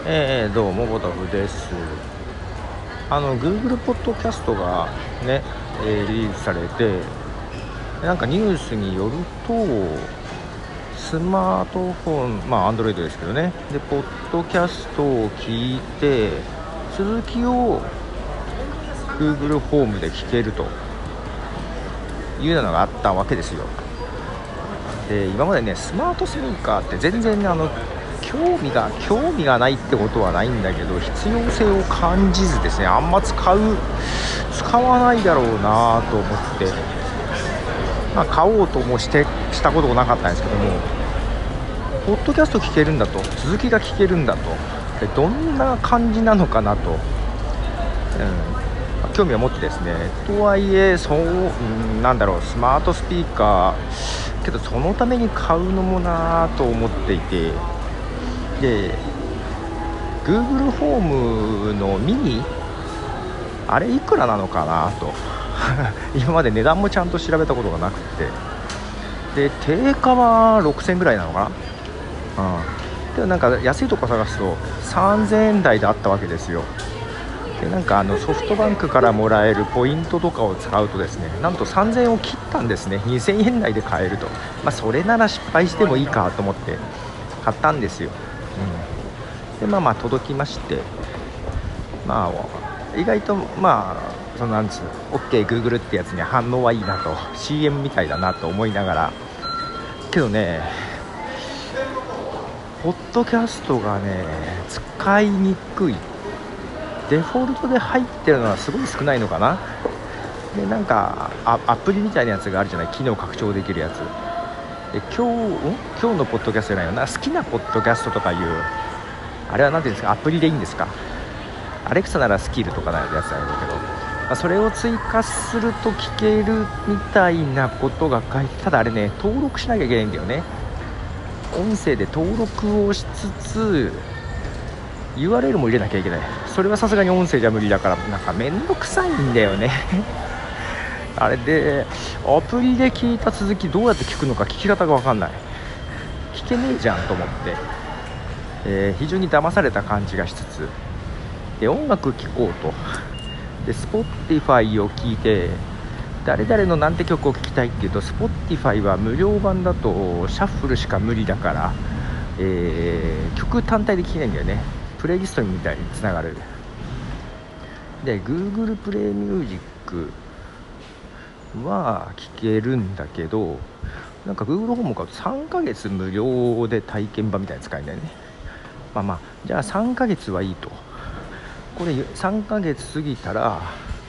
どうもボトフです。Google ポッドキャストがね、リリースされて、なんかニュースによるとスマートフォン、Android ですけどね、でポッドキャストを聞いて続きを Google ホームで聞けるというのがあったわけですよ。で今までね、スマートスピーカーって全然興味がないってことはないんだけど、必要性を感じずですね、あんま使わないだろうなと思って、買おうともしたこともなかったんですけども、ポッドキャスト聞けるんだと、続きが聞けるんだと、でどんな感じなのかなと、興味を持ってですね、とはいえスマートスピーカーけどそのために買うのもなと思っていて、で Google ホームのミニあれいくらなのかなと今まで値段もちゃんと調べたことがなくて、で定価は6000円ぐらいなのかな、でもなんか安いとこ探すと3000円台であったわけですよ。でなんかソフトバンクからもらえるポイントとかを使うとですね、なんと3000円を切ったんですね。2000円台で買えると、それなら失敗してもいいかと思って買ったんですよ。で届きまして、意外とそのOK Google ってやつに反応はいいなと、 CM みたいだなと思いながら、けどね、ポッドキャストがね使いにくい、デフォルトで入ってるのはすごい少ないのかな。でなんかアプリみたいなやつがあるじゃない、機能拡張できるやつで、今日のポッドキャストじゃないよな、好きなポッドキャストとかいう、あれはなんていうんですか、アプリでいいんですか、アレクサならスキルとかのやつなんだけど、それを追加すると聞けるみたいなことが書いて、ただあれね、登録しなきゃいけないんだよね。音声で登録をしつつ URL も入れなきゃいけない。それはさすがに音声じゃ無理だから、なんかめんどくさいんだよねあれでアプリで聞いた続きどうやって聞くのか、聞き方が分かんない、聞けねえじゃんと思って、非常に騙された感じがしつつ、で音楽聴こうと、で Spotify を聞いて、誰々のなんて曲を聴きたいっていうと Spotify は無料版だとシャッフルしか無理だから、曲単体で聴けないんだよね。プレイリストみたいにつながる。で Google プレイミュージックは聴けるんだけど、なんか Google ホーム買うと3ヶ月無料で体験版みたいに使えるんだよね。じゃあ3ヶ月はいいと。これ3ヶ月過ぎたら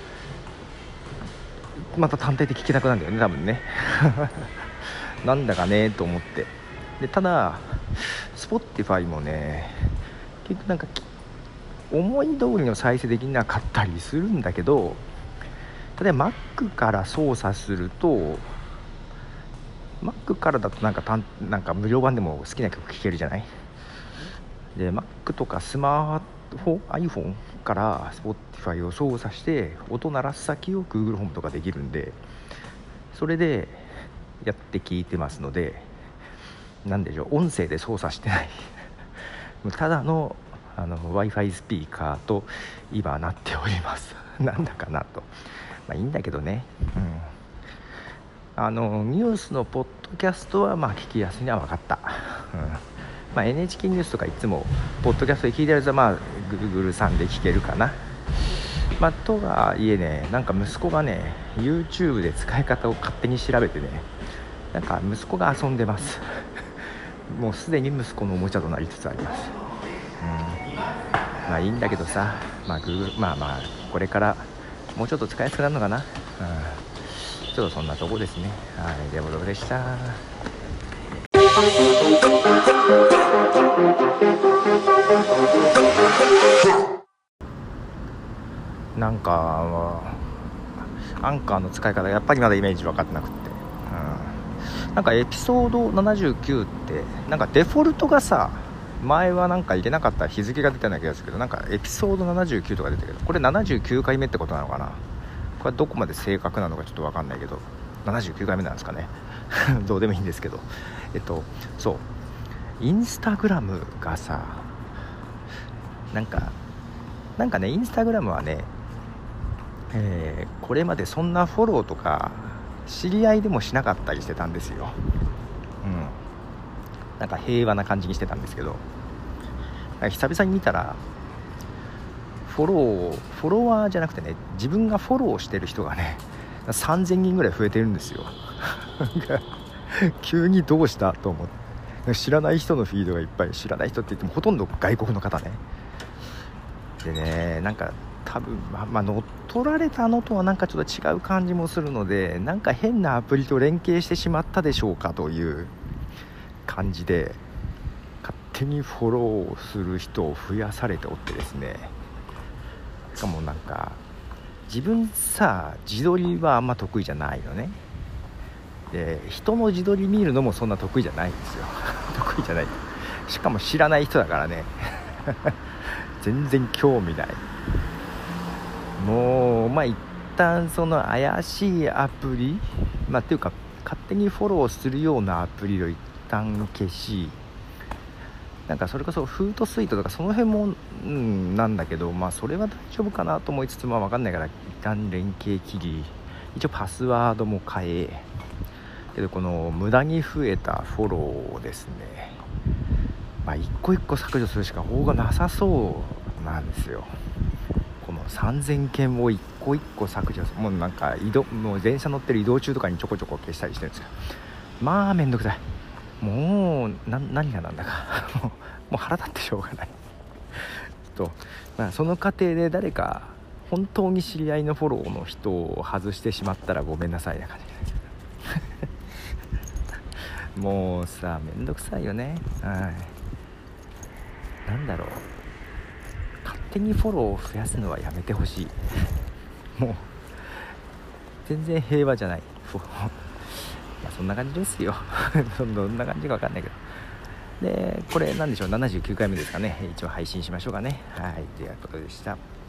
また単体で聞けなくなるんだよね、多分ねなんだかねと思って、でただ Spotify もね、結局なんか思い通りの再生できなかったりするんだけど、例えば Mac から操作すると、 Mac からだとなんか無料版でも好きな曲聴けるじゃない。で Mac とかスマホ iPhone から Spotify を操作して音鳴らす先を Google ホームとかできるんで、それでやって聞いてますので、なんでしょう、音声で操作してないただのWi-Fi スピーカーと今なっておりますなんだかなと。いいんだけどね、ニュースのポッドキャストは聞きやすいのは分かった、NHK ニュースとかいつもポッドキャストで聞いてるやつはGoogle さんで聞けるかな。とはいえね、なんか息子がね YouTube で使い方を勝手に調べてね、なんか息子が遊んでますもうすでに息子のおもちゃとなりつつあります。いいんだけどさ、Google これからもうちょっと使いやすくなるのかな、ちょっとそんなとこですね。はい、でもどうでした。なんかアンカーの使い方やっぱりまだイメージ分かってなくって、なんかエピソード79ってなんかデフォルトがさ、前はなんか入れなかったら日付が出てない気がするけど、なんかエピソード79とか出てるけど、これ79回目ってことなのかな。これはどこまで正確なのかちょっと分かんないけど、79回目なんですかねどうでもいいんですけど、そうインスタグラムがさ、 なんかね、インスタグラムはね、これまでそんなフォローとか知り合いでもしなかったりしてたんですよ。なんか平和な感じにしてたんですけど、久々に見たらフォロワーじゃなくてね、自分がフォローしてる人がね3000人ぐらい増えてるんですよ。急にどうしたと思って、知らない人のフィードがいっぱい、知らない人って言ってもほとんど外国の方ね。でね、なんか多分乗っ取られたのとはなんかちょっと違う感じもするので、なんか変なアプリと連携してしまったでしょうかという感じで、勝手にフォローする人を増やされておってですね、しかもなんか自分さ、自撮りはあんま得意じゃないのね。で、人の自撮り見るのもそんな得意じゃないんですよ。得意じゃない、しかも知らない人だからね。全然興味ない。もう一旦その怪しいアプリ、っていうか勝手にフォローするようなアプリを一旦消し、なんかそれこそフートスイートとかその辺も、なんだけど、それは大丈夫かなと思いつつ、分かんないから一旦連携切り、一応パスワードも変え、けどこの無駄に増えたフォローをですね、一個一個削除するしか方がなさそうなんですよ。この3000件を一個一個削除する、もう電車乗ってる移動中とかにちょこちょこ消したりしてるんですよ。めんどくさい。もう何がなんだかもう腹立ってしょうがないと、その過程で誰か本当に知り合いのフォローの人を外してしまったらごめんなさいな感じ。もうさ、めんどくさいよね。なんだろう、勝手にフォローを増やすのはやめてほしい。もう全然平和じゃない。そんな感じですよ。どんな感じか分かんないけど。で、これなんでしょう、79回目ですかね。一応配信しましょうかね。はい、ということでした。